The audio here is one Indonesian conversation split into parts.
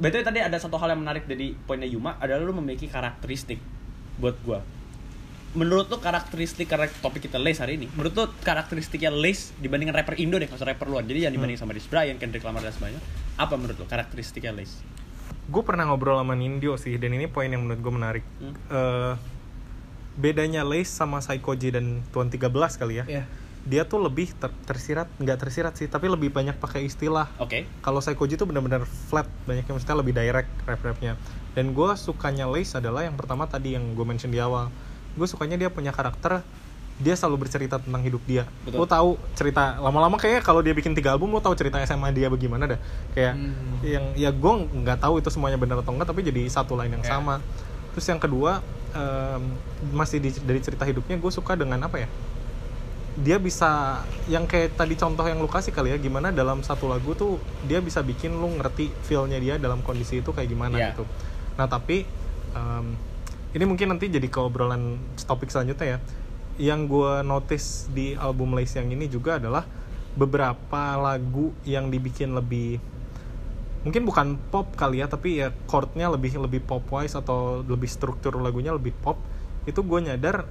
Betul, tadi ada satu hal yang menarik dari poinnya Yuma adalah lu memiliki karakteristik buat gua. Menurut lu karakteristik karena topik kita Lace hari ini, menurut lu karakteristiknya Lace dibandingkan rapper Indo deh, kalau rapper luar. Jadi yang dibanding sama Chris Brian, Kendrick Lamar dan sebagainya, apa menurut lu karakteristiknya Lace? Gue pernah ngobrol sama Nindyo sih, dan ini poin yang menurut gue menarik. Bedanya Lace sama Psycho J dan Tuan 13 kali ya. Yeah. Dia tuh lebih nggak tersirat sih, tapi lebih banyak pakai istilah. Oke. Kalau Psycho J tuh benar-benar flat, banyaknya maksudnya lebih direct rap-rapnya. Dan gue sukanya Lace adalah yang pertama tadi yang gue mention di awal. Gue sukanya dia punya karakter, dia selalu bercerita tentang hidup dia. Lo tahu cerita lama-lama kayaknya kalau dia bikin 3 album lo tahu cerita SMA dia bagaimana dah. Kayak yang ya gue nggak tahu itu semuanya benar atau enggak, tapi jadi satu line yang sama. Terus yang kedua masih dari cerita hidupnya, gue suka dengan apa ya? Dia bisa yang kayak tadi contoh yang lu kasih kali ya, gimana dalam satu lagu tuh dia bisa bikin lu ngerti feel-nya dia dalam kondisi itu kayak gimana gitu. Nah tapi ini mungkin nanti jadi ke obrolan topik selanjutnya ya. Yang gue notice di album Lace yang ini juga adalah beberapa lagu yang dibikin lebih, mungkin bukan pop kali ya, tapi ya chordnya lebih pop wise atau lebih struktur lagunya lebih pop. Itu gue nyadar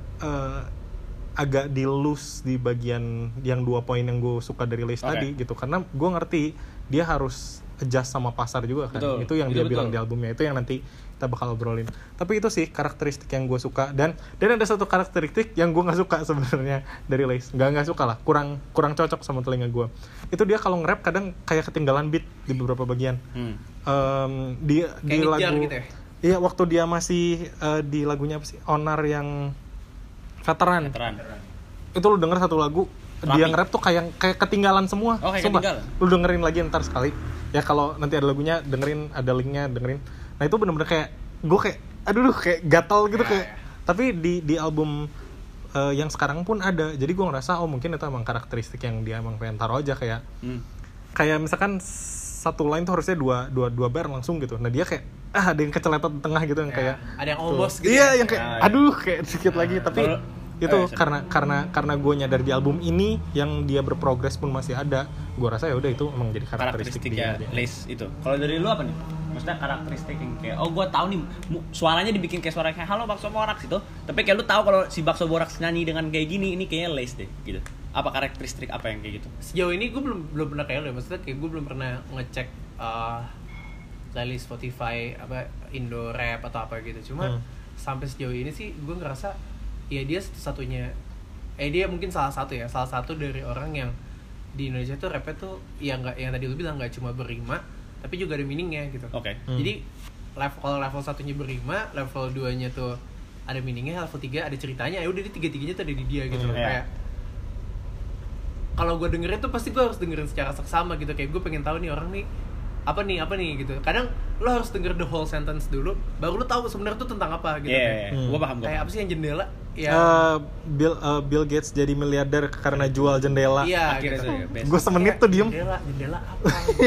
agak di loose di bagian yang 2 poin yang gue suka dari Lace tadi gitu, karena gue ngerti dia harus adjust sama pasar juga kan. Itu yang dia bilang di albumnya, itu yang nanti kita bakal obrolin. Tapi itu sih karakteristik yang gue suka, dan ada satu karakteristik yang gue nggak suka sebenarnya dari Lace. Nggak suka lah, kurang cocok sama telinga gue. Itu dia kalau nge-rap kadang kayak ketinggalan beat di beberapa bagian. Di lagu gitu ya? Iya, waktu dia masih di lagunya apa sih, Onar yang Veteran. Itu lu denger satu lagu dia nge-rap tuh kayak ketinggalan semua. Sumpah, lu dengerin lagi ntar sekali ya, kalau nanti ada lagunya dengerin, ada linknya dengerin. Nah itu bener-bener kayak gue kayak aduh kayak gatal gitu kayak. Tapi di album yang sekarang pun ada, jadi gue ngerasa mungkin itu emang karakteristik yang dia emang pengen taruh aja, kayak kayak misalkan satu line tuh harusnya dua bar langsung gitu. Nah dia kayak ada yang keceletot di tengah gitu, yang kayak ada yang obos gitu. Iya, yang kayak aduh kayak sedikit lagi, tapi itu karena gue nyadar di album ini yang dia berprogres pun masih ada, gue rasa ya udah itu emang jadi karakteristik dia. Lace itu. Kalau dari lu apa nih? Maksudnya karakteristik yang kayak gue tahu nih suaranya dibikin kayak suara kayak halo Bakso Boraks gitu, tapi kayak lu tahu kalau si Bakso Boraks nyanyi dengan kayak gini, ini kayaknya Lace deh gitu. Apa karakteristik apa yang kayak gitu? Sejauh ini gue belum pernah kayak lu ya, maksudnya kayak gue belum pernah ngecek playlist Spotify apa Indo rap atau apa gitu. Cuma sampai sejauh ini sih gue ngerasa ya dia satu-satunya dia mungkin salah satu dari orang yang di Indonesia tuh rapnya tuh yang nggak, yang tadi lu bilang nggak cuma berrima tapi juga ada meaningnya gitu. Jadi kalau level 1-nya berrima, level 2-nya tuh ada meaningnya, level 3 ada ceritanya. Ya udah, di 3-3-nya tuh ada di dia gitu. Kayak kalau gue dengerin tuh pasti gue harus dengerin secara seksama gitu, kayak gue pengen tahu nih orang nih apa nih gitu. Kadang lo harus denger the whole sentence dulu baru lo tahu sebenarnya tuh tentang apa gitu. Gue paham. Kayak apa sih yang jendela? Ya Bill Gates jadi miliarder karena jual jendela. Iya gitu. Gue semenit tuh diem. Jendela apa?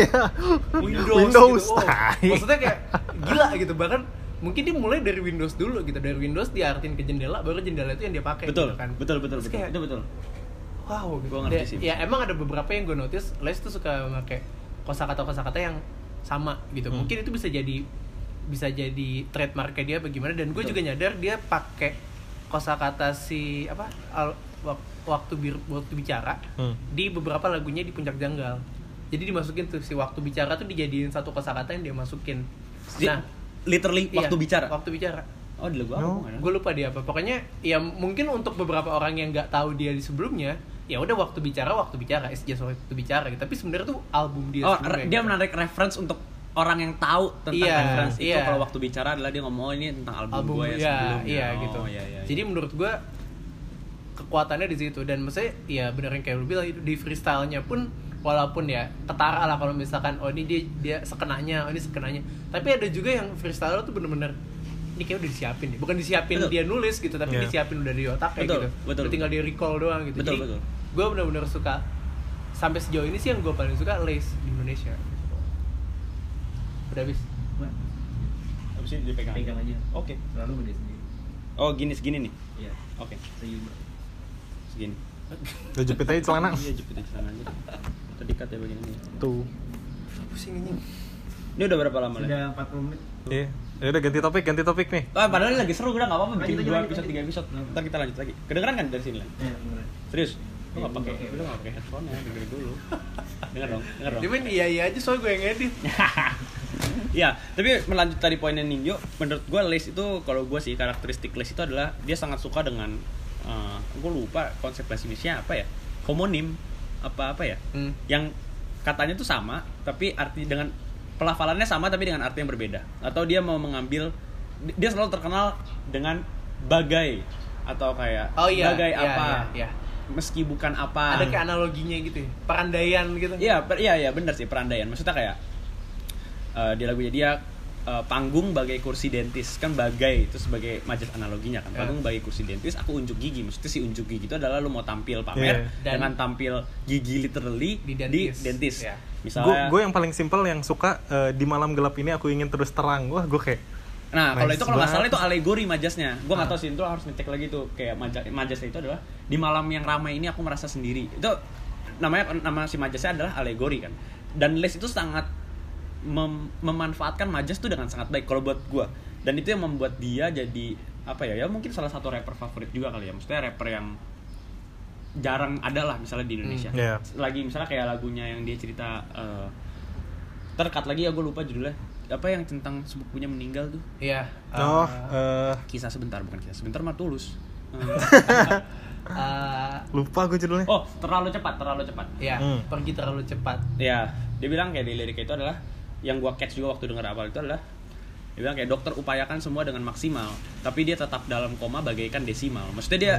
Windows. Gitu. Maksudnya kayak gila gitu. Bahkan mungkin dia mulai dari Windows dulu gitu. Dari Windows diartin ke jendela, baru jendela itu yang dia pakai gitu kan. Betul. Kayak, itu betul. Wow, gue ngerti sih. Ya emang ada beberapa yang gue notice Les tuh suka pakai kosakata yang sama gitu. Mungkin itu bisa jadi trademarknya dia bagaimana, dan gue juga nyadar dia pakai kosakata si apa waktu bicara di beberapa lagunya di Puncak Janggal. Jadi dimasukin tuh si waktu bicara tuh dijadiin satu kosakata yang dia masukin. Nah, literally waktu bicara. Waktu bicara. Oh, di lagu apa? Gue lupa dia apa. Pokoknya ya mungkin untuk beberapa orang yang nggak tahu dia di sebelumnya, ya udah waktu bicara it's just waktu bicara gitu. Tapi sebenarnya tuh album dia sebelumnya. Dia menarik reference untuk orang yang tahu tentang reference itu. Kalau waktu bicara adalah dia ngomong ini tentang album gue yang sebelumnya. Iya gitu. Jadi menurut gue kekuatannya di situ, dan maksudnya ya bener yang kayak lu bilang itu, di freestyle-nya pun walaupun ya ketara lah kalau misalkan ini dia sekenanya, ini sekenanya. Tapi ada juga yang freestyle tuh bener-bener ini kayak udah disiapin nih, bukan disiapin dia nulis gitu, tapi disiapin udah di otaknya gitu. Udah tinggal di recall doang gitu. Jadi gue benar-benar suka, sampai sejauh ini sih yang gue paling suka Lace di Indonesia. Udah habis. Habis ini dipegang aja. Oke. Lalu beda sendiri. Oh, segini nih. Iya. Oke. Segini. Udah jepit aja celana. Iya, jepit aja celana aja. Terdikat ya bagian ini. Tuh. Pusing anjing. Ini udah berapa lama nih? Sudah 40 menit. Iya. Ya udah ganti topik nih. Padahal ini lagi seru, udah enggak apa-apa bikin Lanjut, 2 episode 3 episode. Ntar kita lanjut lagi. Kedengeran kan dari sini lah? Iya, benar. Serius? Lu enggak pakai headphone ya, dengerin dulu. Dengar dong. Cuman iya aja soal gue yang edit. Ya, tapi melanjut tadi poinnya Ninjo, menurut gue Lace itu, kalau gue sih karakteristik Lace itu adalah dia sangat suka dengan gue lupa konsep bahasa Indonesia apa ya, homonim apa ya, yang katanya tuh sama tapi arti dengan pelafalannya sama tapi dengan arti yang berbeda, atau dia mau mengambil, dia selalu terkenal dengan bagai atau kayak bagai apa. Iya. Meski bukan apa. Ada kayak analoginya gitu ya. Perandaian gitu. Iya benar sih, perandaian. Maksudnya kayak di lagunya dia panggung bagai kursi dentis, kan bagai itu sebagai majas analoginya kan. Panggung bagai kursi dentis, aku unjuk gigi. Maksudnya si unjuk gigi itu adalah lu mau tampil pamer dengan tampil gigi literally di dentis. Yeah. Misalnya gue yang paling simpel yang suka di malam gelap ini aku ingin terus terang. Wah, gue kayak kalau itu kalau nggak salah itu alegori majasnya. Gue nggak tahu sih, itu harus ngecek lagi tuh. Kayak majasnya itu adalah di malam yang ramai ini aku merasa sendiri. Itu nama si majasnya adalah alegori kan. Dan Lace itu sangat memanfaatkan majas tuh dengan sangat baik kalau buat gue. Dan itu yang membuat dia jadi apa ya mungkin salah satu rapper favorit juga kali ya. Maksudnya rapper yang jarang ada lah misalnya di Indonesia. Lagi misalnya kayak lagunya yang dia cerita terkat lagi ya, gue lupa judulnya apa, yang tentang sepupunya meninggal tuh. Iya. Kisah sebentar, bukan kisah sebentar mah Tulus. Lupa gue judulnya. Oh, terlalu cepat. Iya, pergi terlalu cepat. Iya, dia bilang kayak di liriknya itu adalah yang gua catch juga waktu denger awal itu adalah dia bilang kayak dokter upayakan semua dengan maksimal, tapi dia tetap dalam koma bagaikan desimal. Maksudnya dia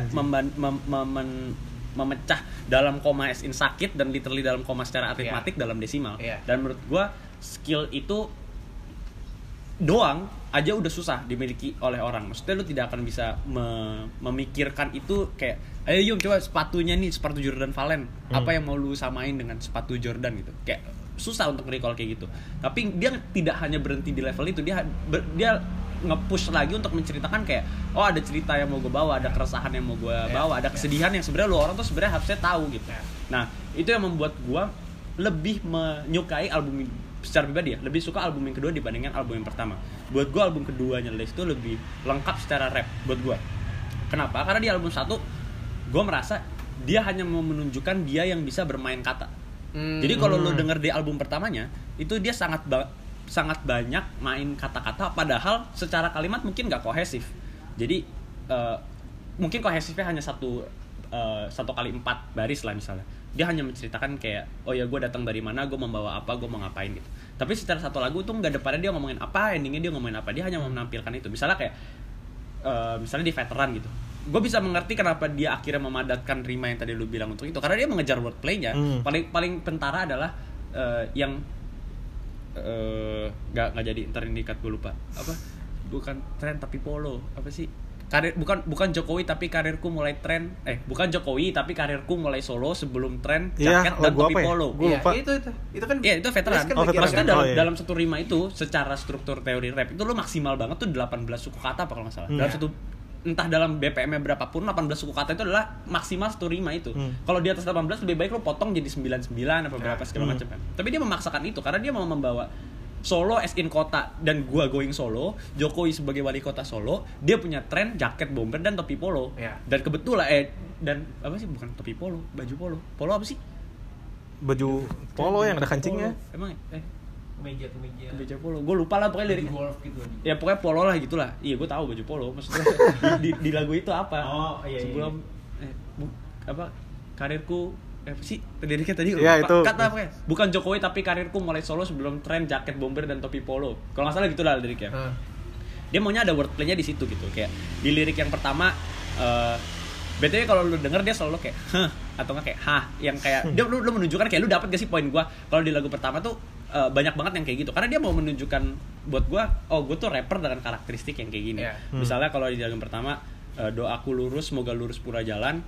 memecah dalam koma as in sakit dan literally dalam koma secara aritmatik dalam desimal. Dan menurut gua skill itu doang aja udah susah dimiliki oleh orang. Maksudnya lu tidak akan bisa memikirkan itu kayak ayo Yum coba sepatunya nih, sepatu Jordan Valen, apa yang mau lu samain dengan sepatu Jordan gitu. Kayak susah untuk recall kayak gitu. Tapi dia tidak hanya berhenti di level itu, dia nge-push lagi untuk menceritakan kayak ada cerita yang mau gue bawa, ada keresahan yang mau gue bawa, ada kesedihan yang sebenarnya lu orang tuh sebenarnya harusnya tahu gitu. Nah, itu yang membuat gue lebih menyukai album secara pribadi ya, lebih suka album yang kedua dibandingkan album yang pertama. Buat gue album keduanya Lace itu lebih lengkap secara rap buat gue. Kenapa? Karena di album 1 gue merasa dia hanya mau menunjukkan dia yang bisa bermain kata. Jadi kalau lo denger di album pertamanya itu dia sangat banyak main kata-kata, padahal secara kalimat mungkin nggak kohesif. Jadi mungkin kohesifnya hanya satu kali 4 baris lah misalnya. Dia hanya menceritakan kayak gue datang dari mana, gue membawa apa, gue mau ngapain gitu. Tapi secara satu lagu tuh nggak depannya dia ngomongin apa, endingnya dia ngomongin apa. Dia hanya mau menampilkan itu. Misalnya kayak misalnya di Veteran gitu, gue bisa mengerti kenapa dia akhirnya memadatkan rima yang tadi lu bilang untuk itu, karena dia mengejar wordplay-nya. Paling pentara adalah yang nggak jadi terindikat, gue lupa apa, bukan tren tapi polo, apa sih karir, bukan Jokowi tapi karirku mulai tren, bukan Jokowi tapi karirku mulai solo sebelum tren jaket dan topi polo. Iya, itu kan itu Veteran. Maksudnya dalam satu rima itu secara struktur teori rap itu lo maksimal banget tuh 18 suku kata apa kalau nggak salah. Dalam satu, entah dalam BPM-nya berapapun, 18 suku kata itu adalah maksimal satu rima itu. Kalau di atas 18 lebih baik lo potong jadi 99 apa berapa segala macam kan. Tapi dia memaksakan itu karena dia mau membawa Solo as in kota, dan gua going Solo, Jokowi sebagai wali kota Solo, dia punya tren jaket bomber dan topi polo. Dan kebetulan dan apa sih, bukan topi polo, baju polo. Polo apa sih? Baju polo yang ada kancingnya. Emang kemeja polo. Gue lupa lah pokoknya dari gitu. Ya pokoknya polo lah gitulah. Iya, gue tahu baju polo. Maksudnya di lagu itu apa? Sebelum apa? Karirku apa sih liriknya tadi? Ya, itu. Kata apa ya? Bukan Jokowi tapi karirku mulai Solo sebelum tren jaket bomber dan topi polo. Kalau nggak salah gitulah liriknya. Dia maunya ada wordplay-nya di situ gitu. Kayak di lirik yang pertama, BTW kalau lu denger dia selalu kayak atau nggak kayak yang kayak dia lu menunjukkan kayak lu dapat gak sih poin gua. Kalau di lagu pertama tuh banyak banget yang kayak gitu. Karena dia mau menunjukkan buat gua, gue tuh rapper dengan karakteristik yang kayak gini. Misalnya kalau di lagu pertama, doaku lurus semoga lurus pura jalan,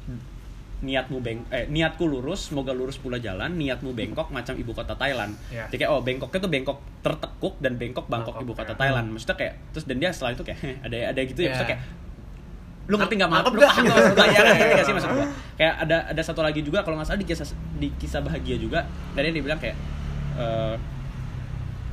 niatku lurus semoga lurus pula jalan, niatmu bengkok macam ibu kota Thailand. Jadi kayak Bangkoknya tuh Bangkok tertekuk dan Bangkok ibu kota Thailand. Maksudnya kayak terus dan dia setelah itu kayak ada gitu ya. Maksudnya kayak lu ngerti nggak maksud lu paham nggak sih maksud gua? Kayak ada satu lagi juga kalau nggak salah di kisah bahagia juga, dan dia bilang kayak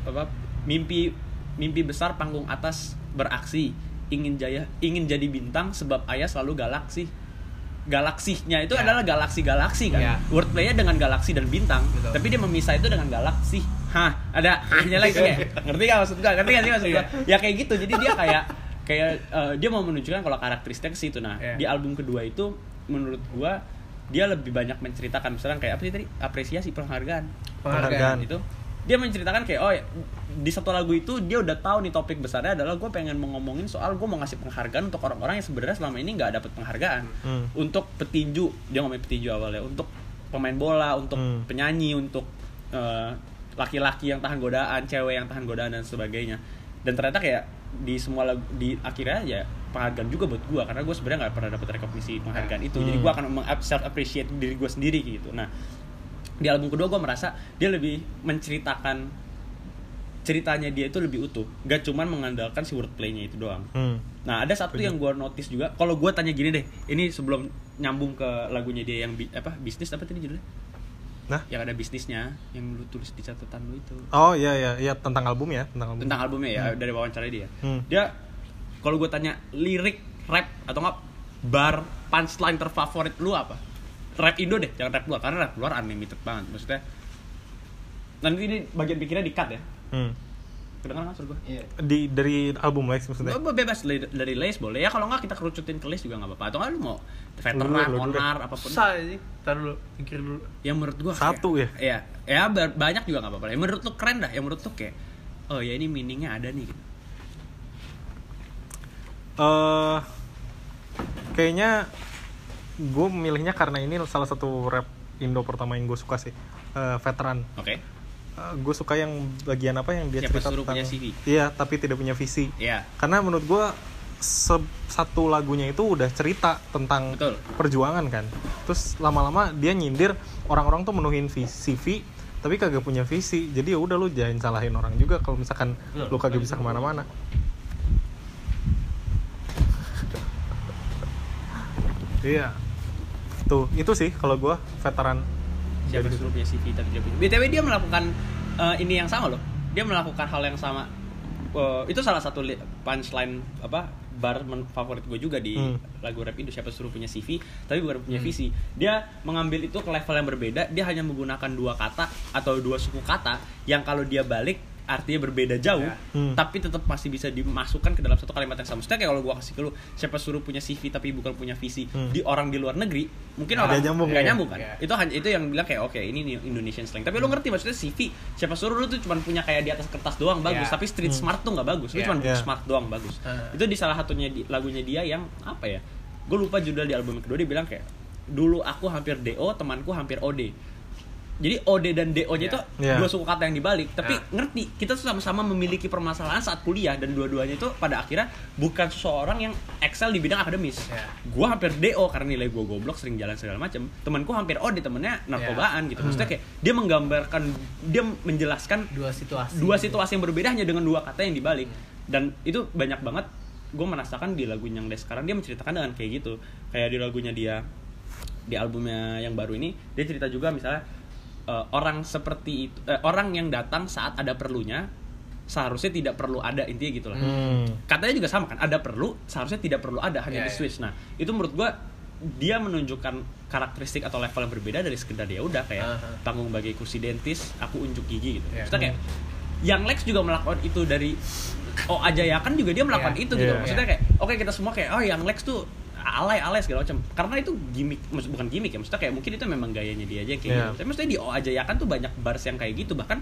mimpi besar panggung atas beraksi, ingin jadi bintang sebab ayah selalu galaksinya itu adalah galaksi kan. Wordplay-nya dengan galaksi dan bintang. Betul. Tapi dia memisah itu dengan galaksi. Ada hanya lagi kayak. Ngerti enggak maksud gua? Ya kayak gitu. Jadi dia kayak dia mau menunjukkan kalau karakteristik ke situ. Nah, di album kedua itu menurut gua dia lebih banyak menceritakan misalnya kayak apa sih tadi? Apresiasi, penghargaan itu. Dia menceritakan kayak di satu lagu itu dia udah tahu nih topik besarnya adalah gue pengen mau ngomongin soal gue mau ngasih penghargaan untuk orang-orang yang sebenarnya selama ini nggak dapet penghargaan. Untuk petinju, dia ngomongin petinju awalnya, untuk pemain bola, untuk penyanyi, untuk laki-laki yang tahan godaan, cewek yang tahan godaan dan sebagainya. Dan ternyata kayak di semua lagu, di akhirnya ya penghargaan juga buat gue karena gue sebenarnya nggak pernah dapet rekognisi penghargaan itu. Jadi gue akan self appreciate diri gue sendiri gitu. Nah, di album kedua gue merasa dia lebih menceritakan ceritanya dia itu lebih utuh, gak cuman mengandalkan si wordplay-nya itu doang. Nah, ada satu yang gue notice juga, kalau gue tanya gini deh, ini sebelum nyambung ke lagunya dia yang bisnis apa tadi judulnya? Nah, yang ada bisnisnya, yang lu tulis di catatan lu itu. Oh iya tentang albumnya, tentang albumnya ya, dari wawancara dia. Dia kalau gue tanya lirik rap atau enggak bar punchline terfavorit lu apa? Rap Indo deh, jangan rap luar, karena rap luar unlimited banget. Maksudnya nanti ini bagian pikirnya di-cut ya. Kedengeran maksud gue? Iya. Dari album Lace maksudnya? Bebas dari Lace boleh ya, kalau nggak kita kerucutin ke Lace juga nggak apa-apa. Atau nggak lu mau veteran, onar, apapun. Saya sih, tar dulu, pikir dulu. Yang menurut gue satu kayak, ya banyak juga nggak apa-apa. Yang menurut lu keren dah, yang menurut lu kayak, oh ya ini meaningnya ada nih gitu. Kayaknya gue memilihnya karena ini salah satu rap Indo pertama yang gue suka sih, Veteran. Oke. Gue suka yang bagian apa yang dia siapa cerita suruh tentang punya CV. Iya, tapi tidak punya visi. Iya. Karena menurut gue satu lagunya itu udah cerita tentang perjuangan kan. Terus lama-lama dia nyindir orang-orang tuh menuhin CV tapi kagak punya visi. Jadi ya udah lu jangan salahin orang juga kalau misalkan lu kagak bisa kemana-mana. Iya. Tuh, itu sih kalau gue Veteran. Siapa suruh punya CV tapi tidak punya. BTW dia melakukan ini yang sama loh. Dia melakukan hal yang sama. Itu salah satu punchline bar favorit gue juga di lagu rap Indo, siapa suruh punya CV tapi bukan punya visi. Dia mengambil itu ke level yang berbeda. Dia hanya menggunakan 2 kata atau 2 suku kata yang kalau dia balik artinya berbeda jauh, tapi tetap masih bisa dimasukkan ke dalam satu kalimat yang sama. Maksudnya kayak kalau gue kasih ke lu, siapa suruh punya CV tapi bukan punya visi di orang di luar negeri, mungkin orang nggak nyambung kan? Itu yang bilang kayak oke, ini nih Indonesian slang. Tapi lu ngerti maksudnya CV, siapa suruh lu tuh cuma punya kayak di atas kertas doang bagus, tapi street smart tuh nggak bagus. Lu cuma smart doang bagus. Itu di salah satunya lagunya dia yang apa ya? Gue lupa judul di album kedua, dia bilang kayak dulu aku hampir DO, temanku hampir OD. Jadi OD dan DO-nya itu 2 suku kata yang dibalik, tapi ngerti kita tuh sama-sama memiliki permasalahan saat kuliah dan dua-duanya itu pada akhirnya bukan seseorang yang excel di bidang akademis. Gua hampir DO karena nilai gua goblok, sering jalan segala macam. Temanku hampir OD, temennya narkobaan gitu. Maksudnya kayak dia menggambarkan, dia menjelaskan dua situasi yang berbeda hanya dengan 2 kata yang dibalik. Dan itu banyak banget gue merasakan di lagunya yang dia sekarang, dia menceritakan dengan kayak gitu. Kayak di lagunya dia di albumnya yang baru ini, dia cerita juga misalnya orang seperti itu, orang yang datang saat ada perlunya seharusnya tidak perlu ada, intinya gitulah. Katanya juga sama kan, ada perlu seharusnya tidak perlu ada, hanya di switch. Nah itu menurut gue dia menunjukkan karakteristik atau level yang berbeda dari sekedar dia udah kayak tanggung bagai kursi dentis, aku unjuk gigi gitu. Maksudnya kayak yang Lex juga melakukan itu dari Ajayakan juga dia melakukan itu gitu. Maksudnya kayak oke, kita semua kayak yang Lex tuh alay segala macam, karena itu gimmick, bukan gimmick ya, maksudnya kayak mungkin itu memang gayanya dia aja kayak gitu. Tapi maksudnya di Ajayakan tuh banyak bars yang kayak gitu, bahkan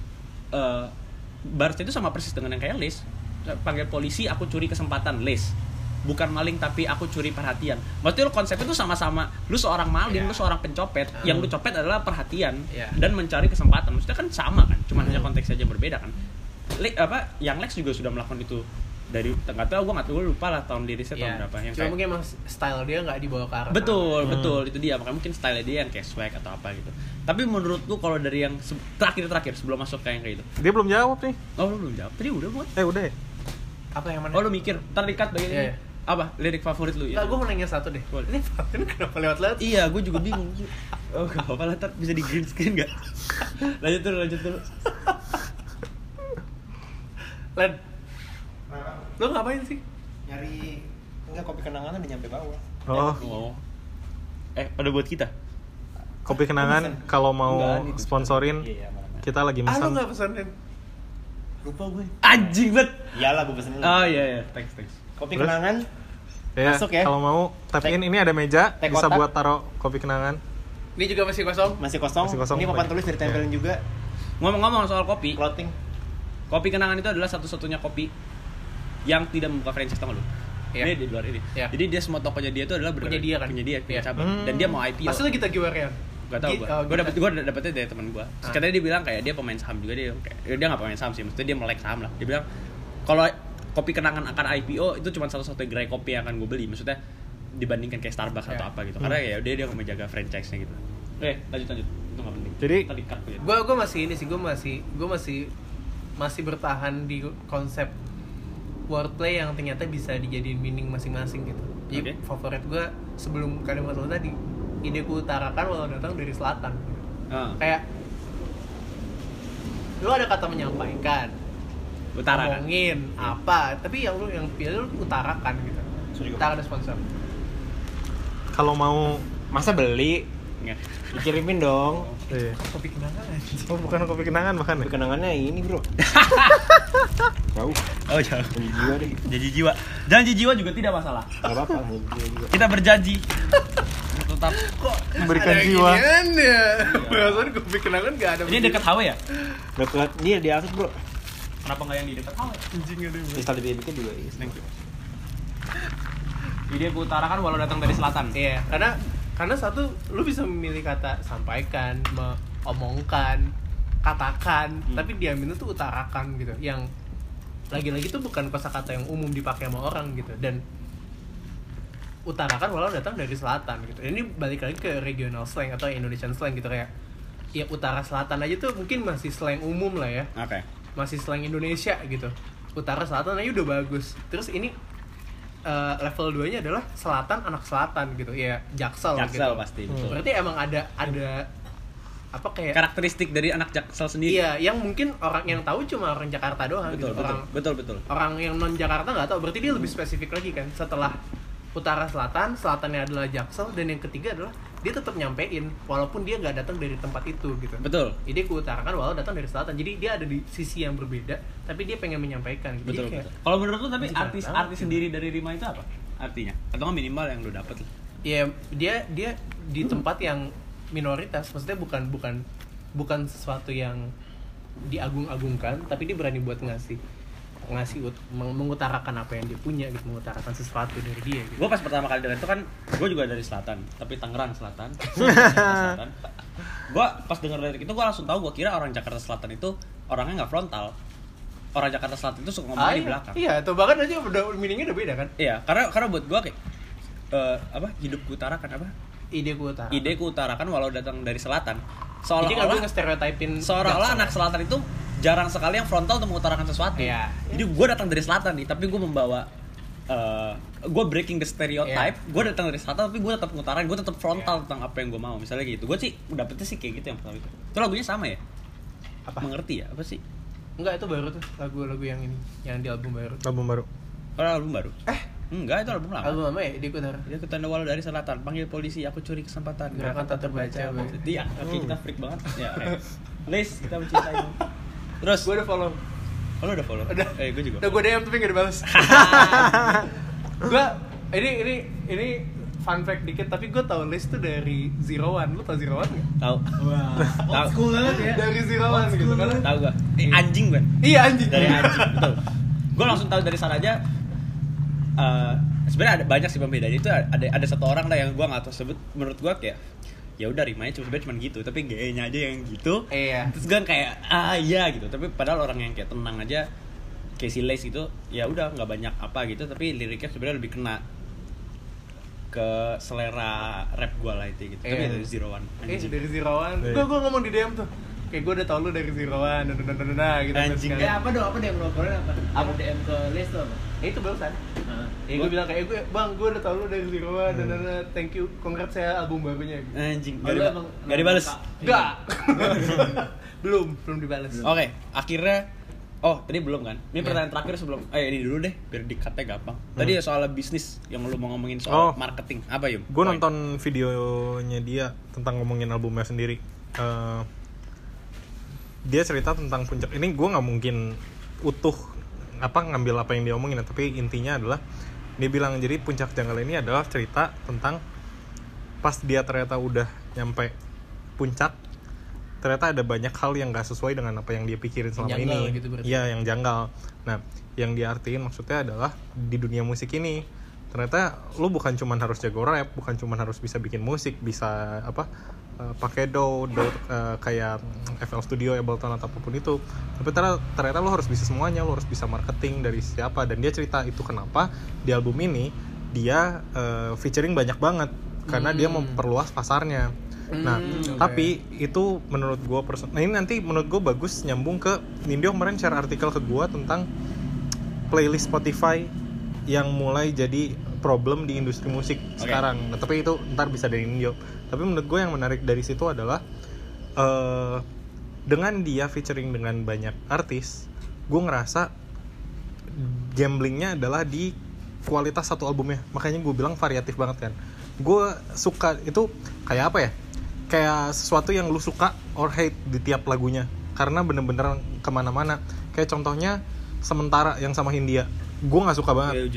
bars itu sama persis dengan yang kayak Les, panggil polisi aku curi kesempatan, Les bukan maling tapi aku curi perhatian. Maksudnya lu konsepnya tuh sama-sama, lu seorang maling, lu seorang pencopet, yang lu copet adalah perhatian dan mencari kesempatan. Maksudnya kan sama kan, cuma hanya konteks saja berbeda kan. Yang Lex juga sudah melakukan itu dari nggak tahu, gue lupa lah tahun rilisnya tahun berapa yang cuma mungkin emang style dia nggak dibawa ke arah betul itu dia, makanya mungkin style dia yang kayak swag atau apa gitu. Tapi menurut lu kalau dari yang terakhir sebelum masuk ke yang kayak itu, dia belum jawab nih. Lu belum jawab tadi, udah buat udah ya? Apa yang mana? Lu mikir terdekat bagian ini apa lirik favorit lu ya? Gue mau nanya satu deh. Ini kenapa lewat? Iya, gue juga bingung. Gak apa-apa lah, bisa di green screen nggak? lanjut dulu Len, lo ngapain sih? Nyari enggak kopi kenangan udah nyampe bawah. Oh, pada buat kita. kopi kenangan kalau mau sponsorin Iya, mana-mana. kita lagi Lo pesan. nggak pesanin? Lupa gue. Anjing banget. Iyalah gue pesenin. Oh iya, thanks. Kopi Terus? kenangan. Ya, Masuk ya. kalau mau tap in, ini ada meja Teh bisa kotak. buat taruh kopi kenangan. Ini juga masih kosong. Masih kosong. Masih kosong. Ini papan tulis ditempelin juga. Ngomong-ngomong soal kopi, Clothing. kopi kenangan itu adalah satu-satunya kopi yang tidak membuka franchise, tau gak lu? Iya. Dia di luar ini. Iya. Jadi dia semua tokonya dia itu adalah Punya dia kan? punya Iya. cabang. Dan dia mau IPO. Maksudnya kita giveaway-an? Gak tau gue Oh, dapetnya dari teman gue. Katanya dia bilang kayak dia pemain saham juga, dia nggak pemain saham sih, maksudnya dia melek saham lah. Dia bilang kalau kopi kenangan akan IPO itu cuma satu-satunya gerai kopi yang akan gue beli, maksudnya dibandingkan kayak Starbucks atau apa gitu. Karena ya dia mau menjaga franchise-nya gitu. Lanjut itu nggak penting. Jadi tadi cut gue. Gue masih ini sih, gue masih bertahan di konsep wordplay yang ternyata bisa dijadiin meaning masing-masing gitu. Jadi favorit gue sebelum kalimat lo tadi, ideku utarakan walau datang dari selatan. Kayak lu ada kata menyampaikan, Utarakan. ngomongin apa, tapi yang pilih lu utarakan gitu. Kita ada sponsor. kalau mau Masa beli? Nggak. Dikirimin dong. Kopi kenangan aja. Oh, bukan kopi kenangan bahkan ya. Kopi kenangannya ini, Bro. Jauh. Oh jauh. Janji jiwa deh. Janji jiwa juga tidak masalah. Enggak apa-apa, janji jiwa juga. Kita berjanji untuk tetap. Memberikan Ada jiwa. ginian ya. Perasaan kopi kenangan gak ada. Ini dekat HW ya? Dekat dia di atas, Bro. Kenapa nggak yang di dekat HW? anjing ada. Install di BBK juga. Thank you. Ide ku utarakan walau datang dari selatan. Iya, karena satu lu bisa memilih kata sampaikan, omongkan, katakan, tapi diambil itu utarakan gitu. Yang lagi-lagi tuh bukan kosakata yang umum dipakai sama orang gitu, dan utarakan walau datang dari selatan gitu. Ini balik lagi ke regional slang atau Indonesian slang gitu, kayak ya utara selatan aja tuh mungkin masih slang umum lah ya. Oke. Masih slang Indonesia gitu. Utara selatan aja udah bagus. Terus ini level 2-nya adalah selatan anak selatan gitu. Ya Jaksel gitu. Pasti betul. Berarti emang ada apa kayak Karakteristik dari anak Jaksel sendiri. iya, yang mungkin orang yang tahu cuma orang Jakarta doang gitu. Betul. Orang yang non Jakarta nggak tahu. Berarti dia lebih spesifik lagi kan. Setelah utara selatan, selatannya adalah Jaksel, dan yang ketiga adalah dia tetap nyampein walaupun dia nggak datang dari tempat itu gitu. Betul. Jadi ku utarakan walau datang dari selatan. Jadi dia ada di sisi yang berbeda, tapi dia pengen menyampaikan gitu. Betul. Jadi kayak, Kalau menurut lu tapi Anjing, arti sendiri dari rima itu apa? Artinya? Atau nggak minimal yang lu dapet lah. ya dia di tempat yang minoritas, maksudnya bukan sesuatu yang diagung-agungkan, tapi dia berani buat mengutarakan apa yang dia punya gitu, mengutarakan sesuatu dari dia gitu. Gue pas pertama kali dengar itu kan, gue juga dari selatan, tapi Tangerang Selatan. Selatan. Gue pas dengar dari itu gue langsung tahu, gue kira orang Jakarta Selatan itu orangnya nggak frontal. Orang Jakarta Selatan itu suka ngomongnya di belakang. Iya, tuh bahkan aja udah meaningnya udah beda kan. Iya, karena buat gue kayak hidup ku utarakan apa? Ide ku utarakan walau datang dari selatan. Jadi kalau gue nge-stereotypin seolah-olah anak selatan itu jarang sekali yang frontal untuk mengutarakan sesuatu. Iya. Jadi gue datang dari selatan nih, tapi gue membawa gue breaking the stereotype. Iya. Gue datang dari selatan, tapi gue tetap mengutarakan, gue tetap frontal tentang apa yang gue mau. Misalnya gitu. Gue sih dapetnya sih kayak gitu yang pertama itu. Itu lagunya sama ya? Apa? Mengerti ya? Apa sih? Enggak, itu baru tuh lagu-lagu yang ini, yang di album baru. Album baru. Oh, album baru? Enggak, itu album lama. Album lama ya, Ide ku utarakan. Dia ketanda walau dari selatan, panggil polisi, aku curi kesempatan. Gerakan tak terbaca. Iya, oke, kita freak banget. Ya, oke. Liz, kita mencintai. Terus, Gue udah follow. oh, lu udah follow? Udah. Gue juga. Udah gue DM tapi gak dibales. Gue ini fun fact dikit, tapi gue tau Liz tuh dari Zero One. Lu tau Zero One gak? Tahu. Tahu. Cool banget ya. Dari Zero One gitu kan. Tahu gua. Anjing kan? Iya anjing. Dari anjing, betul. Gue langsung tahu dari sana aja. Sebenarnya ada banyak sih pembedanya, itu ada satu orang lah yang gue nggak tahu sebut, menurut gue kayak ya udah rimanya cuma gitu, tapi gayanya aja yang gitu. Iya. Terus gue kayak iya gitu, tapi padahal orang yang kayak tenang aja kayak si Lace gitu, ya udah nggak banyak apa gitu, tapi liriknya sebenarnya lebih kena ke selera rap gue lah itu gitu. Tapi dari Zero One. Dari Zero One. Gue ngomong di DM tuh. Kayak gue udah tau lu dari Zero One, gitu. Anjing. Kayak apa dong? Apa DM lo? Apa DM ke list tuh apa? Ya itu barusan. Ya gue bilang kayak bang, gue udah tau lu dari Zero One, thank you, congrats ya album barunya. Anjing. Oh, Gak dibales. Enggak. belum dibales. Oke, akhirnya Oh, tadi belum kan? Ini pertanyaan terakhir sebelum ini dulu deh, biar di-cut-nya gampang. Tadi soal bisnis yang lu mau ngomongin soal marketing. Apa, Yum? Gue nonton videonya dia tentang ngomongin albumnya sendiri. Dia cerita tentang puncak. Ini gue nggak mungkin utuh ngambil apa yang dia omongin, tapi intinya adalah dia bilang jadi Puncak Janggal ini adalah cerita tentang pas dia ternyata udah nyampe puncak, ternyata ada banyak hal yang gak sesuai dengan apa yang dia pikirin selama ini. Gitu iya, yang janggal. Nah, yang dia artiin maksudnya adalah di dunia musik ini ternyata lu bukan cuman harus jago rap, bukan cuman harus bisa bikin musik, bisa pakai DAW kayak FL Studio, Ableton atau apapun itu. Tapi ternyata lu harus bisa semuanya, lu harus bisa marketing dari siapa. Dan dia cerita itu kenapa di album ini dia featuring banyak banget karena dia memperluas pasarnya. Nah, tapi itu menurut gue ini nanti menurut gue bagus nyambung ke Nindyo kemarin share artikel ke gue tentang playlist Spotify yang mulai jadi problem di industri musik sekarang. Nah, tapi itu ntar bisa dari Nindyo. Tapi menurut gue yang menarik dari situ adalah dengan dia featuring dengan banyak artis, gue ngerasa gamblingnya adalah di kualitas satu albumnya. Makanya gue bilang variatif banget kan. Gue suka itu kayak apa ya? Kayak sesuatu yang lu suka or hate di tiap lagunya karena bener-bener kemana-mana. Kayak contohnya Sementara yang sama Hindia, gue nggak suka banget.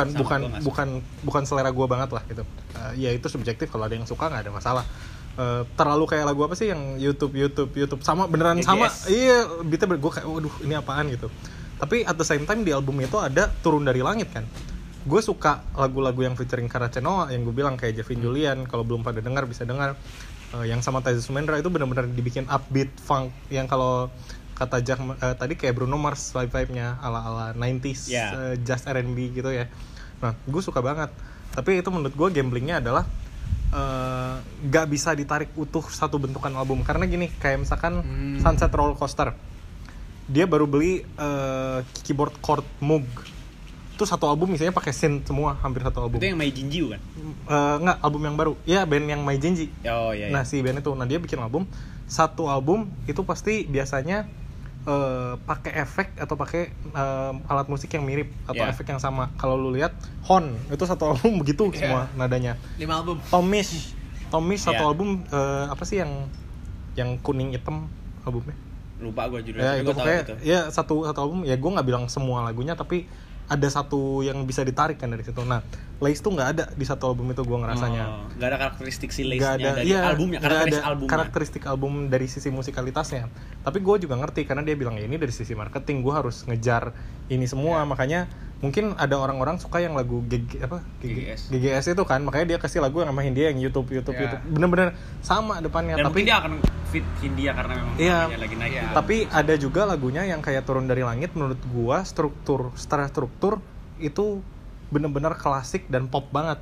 Bukan selera gue banget lah gitu. Ya itu subjektif, kalau ada yang suka nggak ada masalah. Terlalu kayak lagu apa sih yang YouTube sama beneran GGS. Sama iya beatnya gue kayak waduh ini apaan gitu. Tapi at the same time di album itu ada Turun Dari Langit kan. Gue suka lagu-lagu yang featuring Karacenoa yang gue bilang kayak Jevin Julian, kalau belum pada dengar bisa dengar. Yang sama Taiza Sumendra itu benar-benar dibikin upbeat funk yang kalau kata Jack tadi kayak Bruno Mars vibe-nya ala-ala 90s just R&B gitu ya. Nah, gue suka banget. Tapi itu menurut gue gamblingnya adalah gak bisa ditarik utuh satu bentukan album. Karena gini, kayak misalkan Sunset Roller Coaster, dia baru beli keyboard chord Moog. Itu satu album misalnya pakai synth semua, hampir satu album. Itu yang My Jinji kan? Enggak, album yang baru. Iya, band yang My Jinji. Oh iya. Nah, si band itu, nah dia bikin album, satu album itu pasti biasanya pakai efek atau pakai alat musik yang mirip atau efek yang sama. Kalau lu lihat Hon itu satu album begitu semua nadanya. 5 album. Tomish satu album apa sih yang kuning hitam albumnya? Lupa gue judulnya. Ya itu pokoknya ya satu album ya, gue nggak bilang semua lagunya tapi ada satu yang bisa ditarik kan dari situ. Nah, Lace tuh nggak ada di satu album itu gue ngerasanya. Nggak ada karakteristik si Lace-nya dari albumnya, karakteristik album dari sisi musikalitasnya. Tapi gue juga ngerti karena dia bilang ya ini dari sisi marketing gue harus ngejar ini semua. Makanya mungkin ada orang-orang suka yang lagu GGS itu kan, makanya dia kasih lagu yang sama Hindia yang YouTube bener-bener sama depannya. Dan tapi mungkin dia akan fit Hindia karena memang lagi naik juga. Tapi ada juga lagunya yang kayak Turun Dari Langit, menurut gua secara struktur itu bener-bener klasik dan pop banget.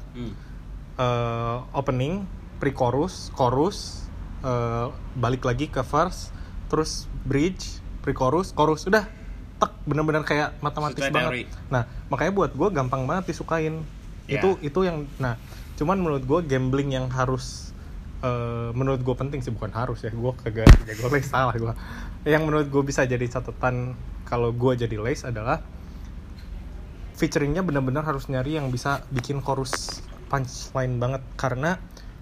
Opening, pre-chorus, chorus, balik lagi ke verse, terus bridge, pre-chorus, chorus, udah bener-bener kayak matematis banget. Nah, makanya buat gue gampang banget disukain. Itu yang, nah, cuman menurut gue gambling yang harus, menurut gue penting sih, bukan harus ya, gue kagak jago Lace, salah gue. Yang menurut gue bisa jadi catatan kalau gue jadi Lace adalah featuringnya bener-bener harus nyari yang bisa bikin chorus punchline banget, karena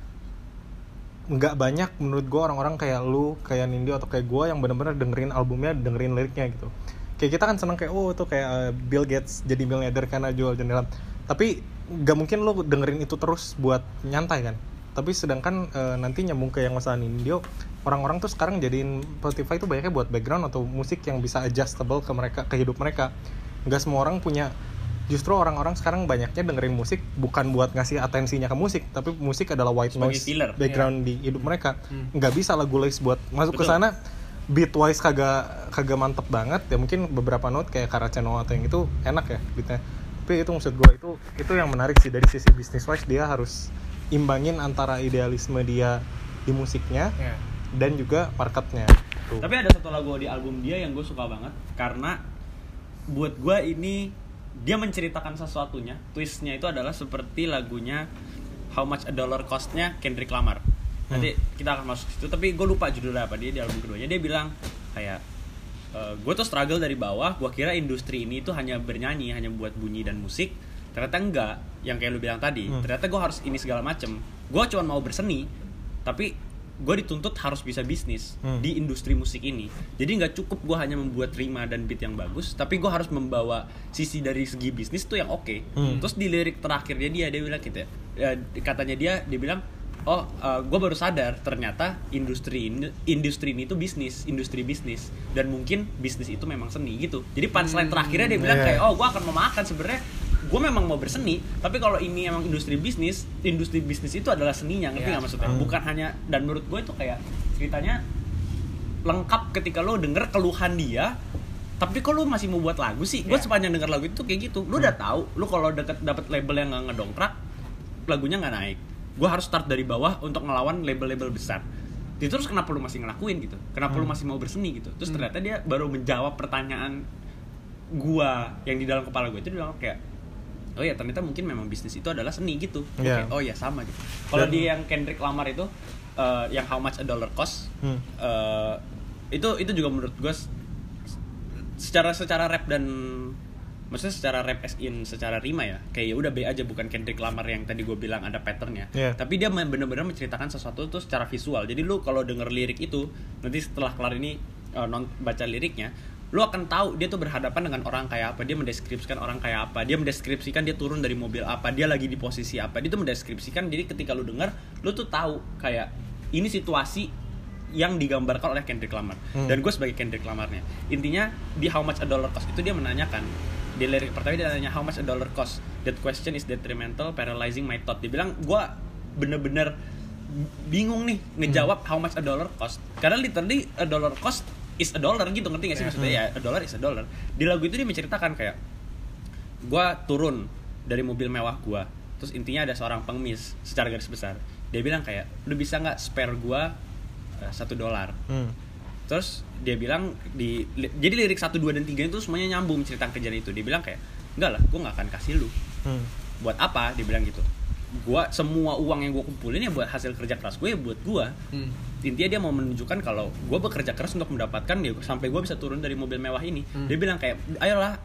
nggak banyak menurut gue orang-orang kayak lu, kayak Nindyo atau kayak gue yang bener-bener dengerin albumnya, dengerin liriknya gitu. Kayak kita kan seneng kayak itu kayak Bill Gates jadi miliarder karena jual jendela. Tapi nggak mungkin lo dengerin itu terus buat nyantai kan. Tapi sedangkan nanti nyambung ke yang masalah Nindyo, orang-orang tuh sekarang jadiin Spotify itu banyaknya buat background atau musik yang bisa adjustable ke mereka, ke hidup mereka. Nggak semua orang punya. Justru orang-orang sekarang banyaknya dengerin musik bukan buat ngasih atensinya ke musik, tapi musik adalah white noise background di hidup mereka. Nggak bisa lagu Lace buat masuk ke sana. Beat wise kagak mantep banget ya, mungkin beberapa note kayak Karacenoa atau yang itu enak ya beatnya. Tapi itu maksud gue itu yang menarik sih dari sisi business wise, dia harus imbangin antara idealisme dia di musiknya dan juga marketnya tuh. Tapi ada satu lagu di album dia yang gue suka banget karena buat gue ini dia menceritakan sesuatunya. Twistnya itu adalah seperti lagunya How Much a Dollar Cost-nya Kendrick Lamar. Nanti kita akan masuk situ, tapi gue lupa judulnya apa, dia di album keduanya dia bilang kayak gue tuh struggle dari bawah. Gue kira industri ini tuh hanya bernyanyi, hanya buat bunyi dan musik. Ternyata enggak, yang kayak lu bilang tadi. Ternyata gue harus ini segala macem. Gue cuma mau berseni, tapi gue dituntut harus bisa bisnis di industri musik ini. Jadi nggak cukup gue hanya membuat rima dan beat yang bagus, tapi gue harus membawa sisi dari segi bisnis tuh yang oke. Terus di lirik terakhirnya dia bilang gitu ya, katanya dia bilang, gue baru sadar ternyata industri ini tuh industri bisnis, dan mungkin bisnis itu memang seni gitu. Jadi punchline terakhirnya dia bilang kayak, gue akan memakan sebenarnya. Gue memang mau berseni, tapi kalau ini emang industri bisnis itu adalah seninya, ngerti nggak maksudnya? Bukan hanya, dan menurut gue itu kayak ceritanya lengkap ketika lo denger keluhan dia, tapi kok lo masih mau buat lagu sih? Gue sepanjang denger lagu itu kayak gitu, lo udah tahu, lo kalau dapet label yang nggak ngedongkrak, lagunya nggak naik. Gue harus start dari bawah untuk ngelawan label-label besar. Terus kenapa lo masih ngelakuin gitu? Kenapa lo masih mau berseni gitu? Terus ternyata dia baru menjawab pertanyaan gue yang di dalam kepala gue itu. Dia bilang kayak, oh ya ternyata mungkin memang bisnis itu adalah seni gitu. Okay. Oh ya sama gitu. Kalau di yang Kendrick Lamar itu yang How Much a Dollar Cost, itu juga menurut gue secara rap dan maksudnya secara rap as in secara rima ya, kayak ya udah B aja, bukan Kendrick Lamar yang tadi gue bilang ada patternnya. Tapi dia benar-benar menceritakan sesuatu tuh secara visual. Jadi lu kalau denger lirik itu nanti setelah kelar ini baca liriknya, lu akan tahu dia tuh berhadapan dengan orang kayak apa, dia mendeskripsikan orang kayak apa, dia mendeskripsikan dia turun dari mobil apa, dia lagi di posisi apa, dia tuh mendeskripsikan. Jadi ketika lu denger, lu tuh tahu kayak ini situasi yang digambarkan oleh Kendrick Lamar. Dan gue sebagai Kendrick Lamarnya, intinya di How Much a Dollar Cost itu dia menanyakan, di lirik pertama dia nanya How much a dollar cost, that question is detrimental, paralyzing my thought. Dia bilang gue bener-bener bingung nih ngejawab how much a dollar cost, karena literally a dollar cost is a dollar gitu, ngerti gak sih maksudnya? Ya a dollar is a dollar. Di lagu itu dia menceritakan kayak, gue turun dari mobil mewah gue, terus intinya ada seorang pengemis secara garis besar. Dia bilang kayak, lu bisa nggak spare gue $1? Terus dia bilang jadi lirik 1, 2, dan 3 itu semuanya nyambung menceritakan kejadian itu. Dia bilang kayak, enggak lah, gue nggak akan kasih lu. Buat apa? Dia bilang gitu. Gua semua uang yang gue kumpulin ya buat hasil kerja keras gue, ya buat gue. Intinya dia mau menunjukkan kalau gue bekerja keras untuk mendapatkan ya sampai gue bisa turun dari mobil mewah ini. Dia bilang kayak, ayolah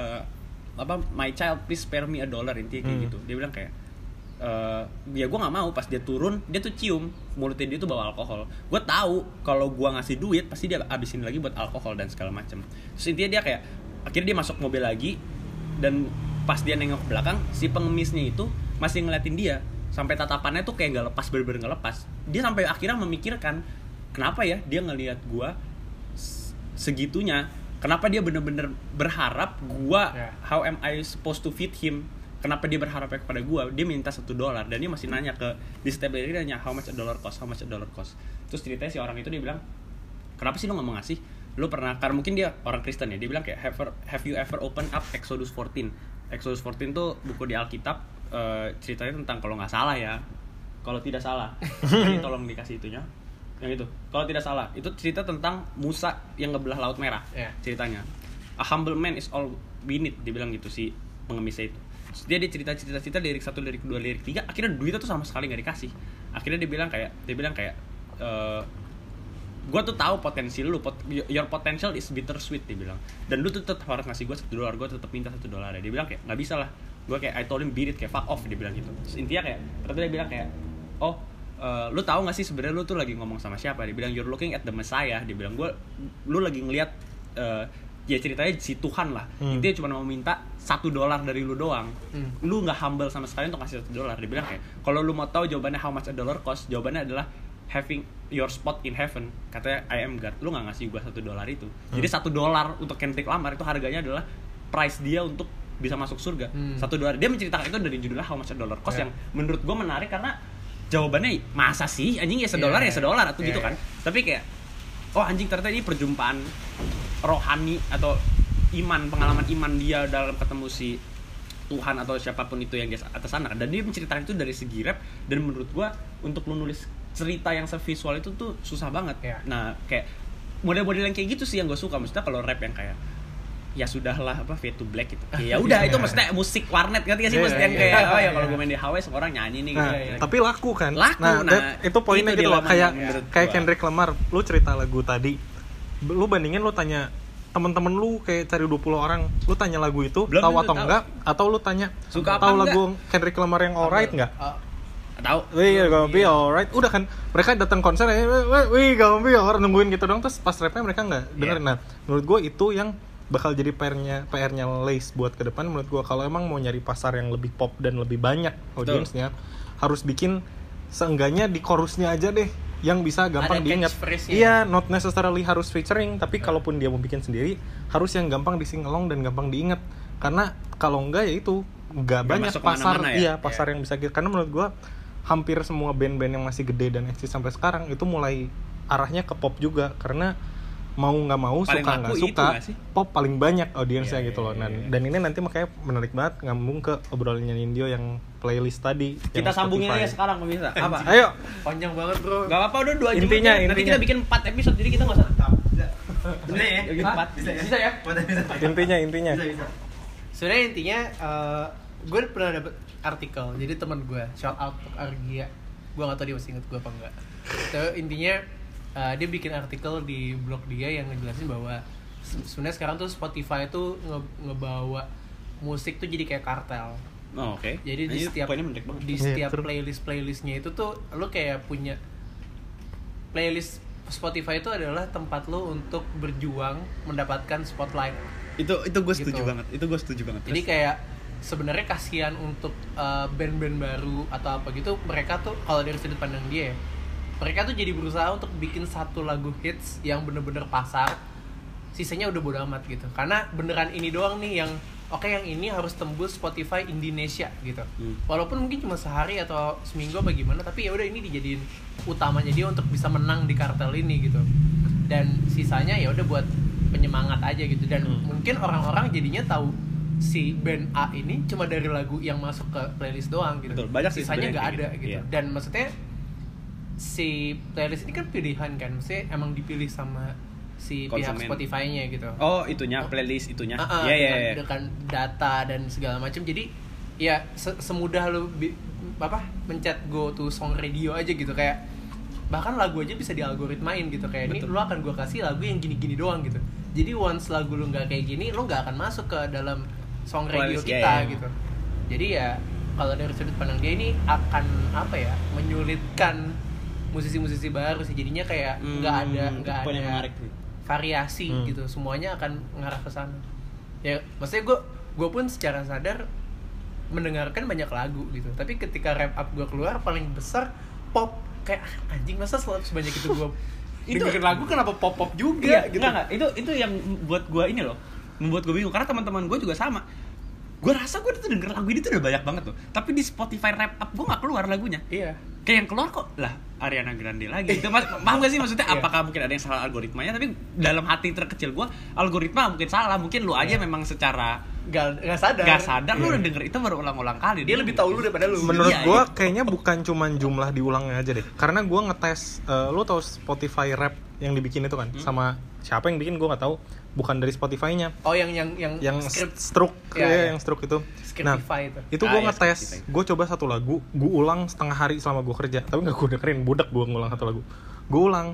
my child please spare me $1, intinya kayak gitu. Dia bilang kayak ya gue nggak mau. Pas dia turun, dia tuh cium, mulutnya dia tuh bawa alkohol. Gue tahu kalau gue ngasih duit pasti dia abisin lagi buat alkohol dan segala macam. Terus intinya dia kayak akhirnya dia masuk mobil lagi, dan pas dia nengok ke belakang, si pengemisnya itu masih ngeliatin dia sampai tatapannya tuh kayak nggak lepas, bener-bener nggak lepas. Dia sampai akhirnya memikirkan kenapa ya dia ngelihat gue segitunya, kenapa dia bener-bener berharap gue how am I supposed to feed him. Kenapa dia berharapnya kepada gue? Dia minta $1 dan dia masih nanya ke di step ini, dia nanya how much a dollar cost. Terus ceritanya si orang itu dia bilang, kenapa sih lo nggak mau ngasih? Lo pernah, karena mungkin dia orang Kristen ya, dia bilang kayak have you ever opened up Exodus 14? Exodus 14 tuh buku di Alkitab, ceritanya tentang kalau nggak salah ya, kalau tidak salah, ini tolong dikasih itunya, yang itu. Kalau tidak salah, itu cerita tentang Musa yang ngebelah Laut Merah, ceritanya. A humble man is all we need, dia bilang gitu si pengemisnya itu. Dia cerita lirik 1, lirik 2, lirik 3, akhirnya duitnya tuh sama sekali nggak dikasih. Akhirnya dia bilang kayak gue tuh tahu potensi lu, your potential is bittersweet, dia bilang, dan lu tuh tetap harus ngasih gue $1, gue tetap minta $1. Dia bilang kayak nggak bisa lah, gue kayak I told him beat it, kayak fuck off, dia bilang gitu. Terus intinya kayak ternyata dia bilang kayak lu tahu nggak sih sebenarnya lu tuh lagi ngomong sama siapa? Dia bilang you're looking at the Messiah, dia bilang lu lagi ngelihat ya ceritanya si Tuhan lah. Intinya cuma mau minta $1 dari lu doang. Lu nggak humble sama sekali untuk ngasih $1. Dia bilang kayak, kalau lu mau tahu jawabannya how much a dollar cost, jawabannya adalah having your spot in heaven. Katanya I am God. Lu nggak ngasih gua $1 itu. Jadi $1 untuk Kendrick Lamar itu harganya adalah price dia untuk bisa masuk surga. $1. Dia menceritakan itu dari judulnya how much a dollar cost, yang menurut gua menarik karena jawabannya masa sih anjing ya $1 ya $1 atau gitu kan. Tapi kayak anjing ternyata ini perjumpaan rohani atau iman, pengalaman iman dia dalam ketemu si Tuhan atau siapapun itu yang di atas sana. Dan dia menceritakan itu dari segi rap, dan menurut gua untuk lu nulis cerita yang sevisual itu tuh susah banget. Nah kayak model-model yang kayak gitu sih yang gue suka. Maksudnya kalau rap yang kayak ya sudahlah Fade to Black gitu, ya udah itu maksudnya musik warnet kan sih, maksudnya yang kayak kalau gue main di HW semua orang nyanyi nih gitu. Tapi laku kan. Itu poinnya gitu loh, kayak Kendrick Lamar, lu cerita lagu tadi, lu bandingin, lu tanya temen-temen lu kayak cari 20 orang, lu tanya lagu itu Belum tahu tentu atau tahu. enggak, atau lu tanya Suka apa tahu enggak? lagu Kendrick Lamar yang Alright enggak? Tahu. Wih, gonna be alright. Udah kan, mereka datang konser, wih, gonna be alright, nungguin gitu dong. Terus pas rapnya mereka nggak dengerin. Nah, menurut gue itu yang bakal jadi PR-nya Lace buat ke depan. Menurut gue kalau emang mau nyari pasar yang lebih pop dan lebih banyak audiensnya, harus bikin seenggaknya di chorusnya aja deh yang bisa gampang Ada diingat. catchphrase-nya. Iya, not necessarily harus featuring, tapi kalaupun dia mau bikin sendiri, harus yang gampang di sing along dan gampang diingat. Karena kalau enggak ya itu nggak banyak masuk pasar, kemana-mana ya? iya pasar yang bisa gitu. Karena menurut gua hampir semua band-band yang masih gede dan eksis sampai sekarang itu mulai arahnya ke pop juga, karena mau nggak mau, Paling suka laku nggak itu suka, nggak sih? pop paling banyak audiensnya Iya, gitu loh. iya, Dan ini nanti makanya menarik banget ngambung ke obrolannya Nindyo yang playlist tadi. Kita yang sambungin Spotify. aja sekarang pemirsa. Apa? Ayo, Panjang banget bro. Gak apa-apa udah 2 jam Intinya, aja. Nanti intinya. kita bikin 4 episode jadi kita enggak usah. Bisa ya? Bikin 4. Bisa ya? intinya. Bisa. Sebenarnya intinya gue pernah dapet artikel. Jadi teman gue shout out untuk Argia. Gue nggak tahu dia masih inget gue apa enggak. Tapi intinya dia bikin artikel di blog dia yang ngejelasin bahwa sebenarnya sekarang tuh Spotify tuh ngebawa musik tuh jadi kayak kartel. Oh, oke. Jadi di Ini setiap poinnya menarik banget. di Iya, setiap true. playlistnya itu tuh lo kayak punya playlist Spotify itu adalah tempat lo untuk berjuang mendapatkan spotlight. Itu gue setuju Gitu. banget. Itu gue setuju banget. Jadi kayak sebenarnya kasihan untuk band-band baru atau apa gitu, mereka tuh kalau dari sudut pandang dia ya, mereka tuh jadi berusaha untuk bikin satu lagu hits yang bener-bener pasar, sisanya udah bodo amat gitu. Karena beneran ini doang nih yang oke, yang ini harus tembus Spotify Indonesia gitu. Walaupun mungkin cuma sehari atau seminggu apa gimana, tapi ya udah ini dijadiin utamanya dia untuk bisa menang di kartel ini gitu. Dan sisanya ya udah buat penyemangat aja gitu. Dan mungkin orang-orang jadinya tahu si band A ini cuma dari lagu yang masuk ke playlist doang gitu. Betul, banyak sih sisanya sebenarnya nggak kayak ada gitu. gitu. Iya. Dan maksudnya si playlist ini kan pilihan kan, maksudnya emang dipilih sama si pihak Konsumen. Spotify-nya gitu. Oh, itunya playlist itunya. Iya, Iya, iya. dengan data dan segala macam. Jadi ya semudah lu mencet go to song radio aja gitu, kayak bahkan lagu aja bisa dialgoritmain gitu, kayak ini lu akan gua kasih lagu yang gini-gini doang gitu. Jadi once lagu lu nggak kayak gini, lu nggak akan masuk ke dalam song radio Playlist, kita iya. gitu. Jadi ya kalau dari sudut pandang dia ini akan menyulitkan musisi-musisi baru sih, jadinya kayak nggak Itu ada poin yang menarik sih. variasi gitu, semuanya akan mengarah ke sana. Ya maksudnya gue pun secara sadar mendengarkan banyak lagu gitu, tapi ketika rap up gue keluar paling besar pop, kayak anjing masa selalu sebanyak itu gue dengerin lagu kenapa pop juga Iya, gitu. enggak. Itu yang buat gue ini loh, membuat gue bingung karena teman-teman gue juga sama. Gue rasa gue tuh denger lagu ini tuh udah banyak banget tuh, tapi di Spotify Rap Up gue nggak keluar lagunya. Iya. Kayak yang keluar kok lah Ariana Grande lagi. Itu paham gak sih maksudnya? Iya. Apakah mungkin ada yang salah algoritmanya? Tapi dalam hati terkecil gue, algoritma mungkin salah. Mungkin lu aja memang secara Gak sadar. gak sadar lu Iya. udah denger itu baru ulang-ulang kali. Dia lebih tahu lu daripada lu. Menurut Iya, gue iya. kayaknya bukan cuman jumlah diulangnya aja deh. Karena gue ngetes, lo tau Spotify Rap yang dibikin itu kan, sama siapa yang bikin gue nggak tahu. Bukan dari Spotify-nya, Oh yang stroke, Iya, iya. yang stroke itu. Nah, Scriptify itu. gue ya, ngetes, Spotify. gue coba satu lagu, gue ulang setengah hari selama gue kerja, tapi nggak gue dengerin, budak gue ngulang satu lagu, gue ulang,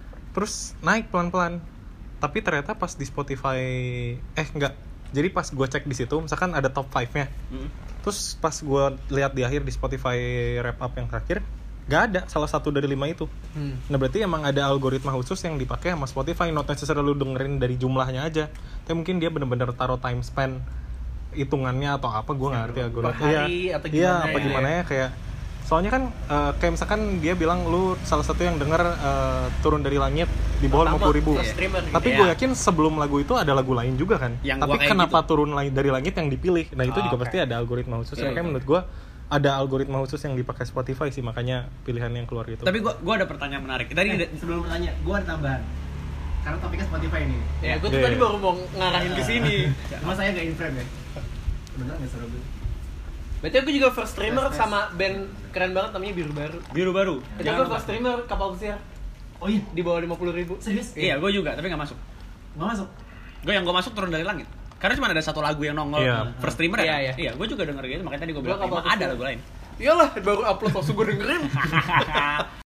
terus naik pelan-pelan, tapi ternyata pas di Spotify, enggak, jadi pas gue cek di situ, misalkan ada top 5-nya, terus pas gue lihat di akhir di Spotify Wrap Up yang terakhir, gak ada salah satu dari 5 itu. Nah berarti emang ada algoritma khusus yang dipakai sama Spotify, not necessarily lu dengerin dari jumlahnya aja, tapi mungkin dia bener-bener taruh time span hitungannya atau apa, gue nggak ngerti algoritma. Per hari atau Iya, gimana apa ya? gimana ya, kayak soalnya kan kayak misalkan dia bilang lu salah satu yang denger Turun Dari Langit di bawah Pertama, 50.000. first streamer gitu. Tapi Iya. gue yakin sebelum lagu itu ada lagu lain juga kan. Yang Tapi gua kayak kenapa gitu. Turun Dari Langit yang dipilih? Nah itu juga oke. pasti ada algoritma khusus. Iya, Makanya iya. menurut gue ada algoritma khusus yang dipakai Spotify sih, makanya pilihan yang keluar gitu. Tapi gue ada pertanyaan menarik. Tadi Sebelum bertanya, gue ada tambahan. Karena topiknya Spotify ini. Ya, gue tuh Iya, tadi iya. baru mau ngarahin ke sini. Cuma saya nggak in frame ya. Bener nggak seru gue? Berarti aku juga first streamer Tes. sama band keren banget namanya Biru Baru. biru baru. Itu gue first streamer kapal pesiar Oh iya, di bawah 50.000. serius? Iya, gue juga, tapi nggak masuk. Nggak masuk. Gue yang gue masuk Turun Dari Langit. Karena cuma ada satu lagu yang nongol Iya. first streamer Iya, ya. iya. Iya, gue juga denger gitu. Makanya tadi gue Gua bilang kapal emang ada pesiar. lagu lain. Iyalah, baru upload langsung gue dengerin.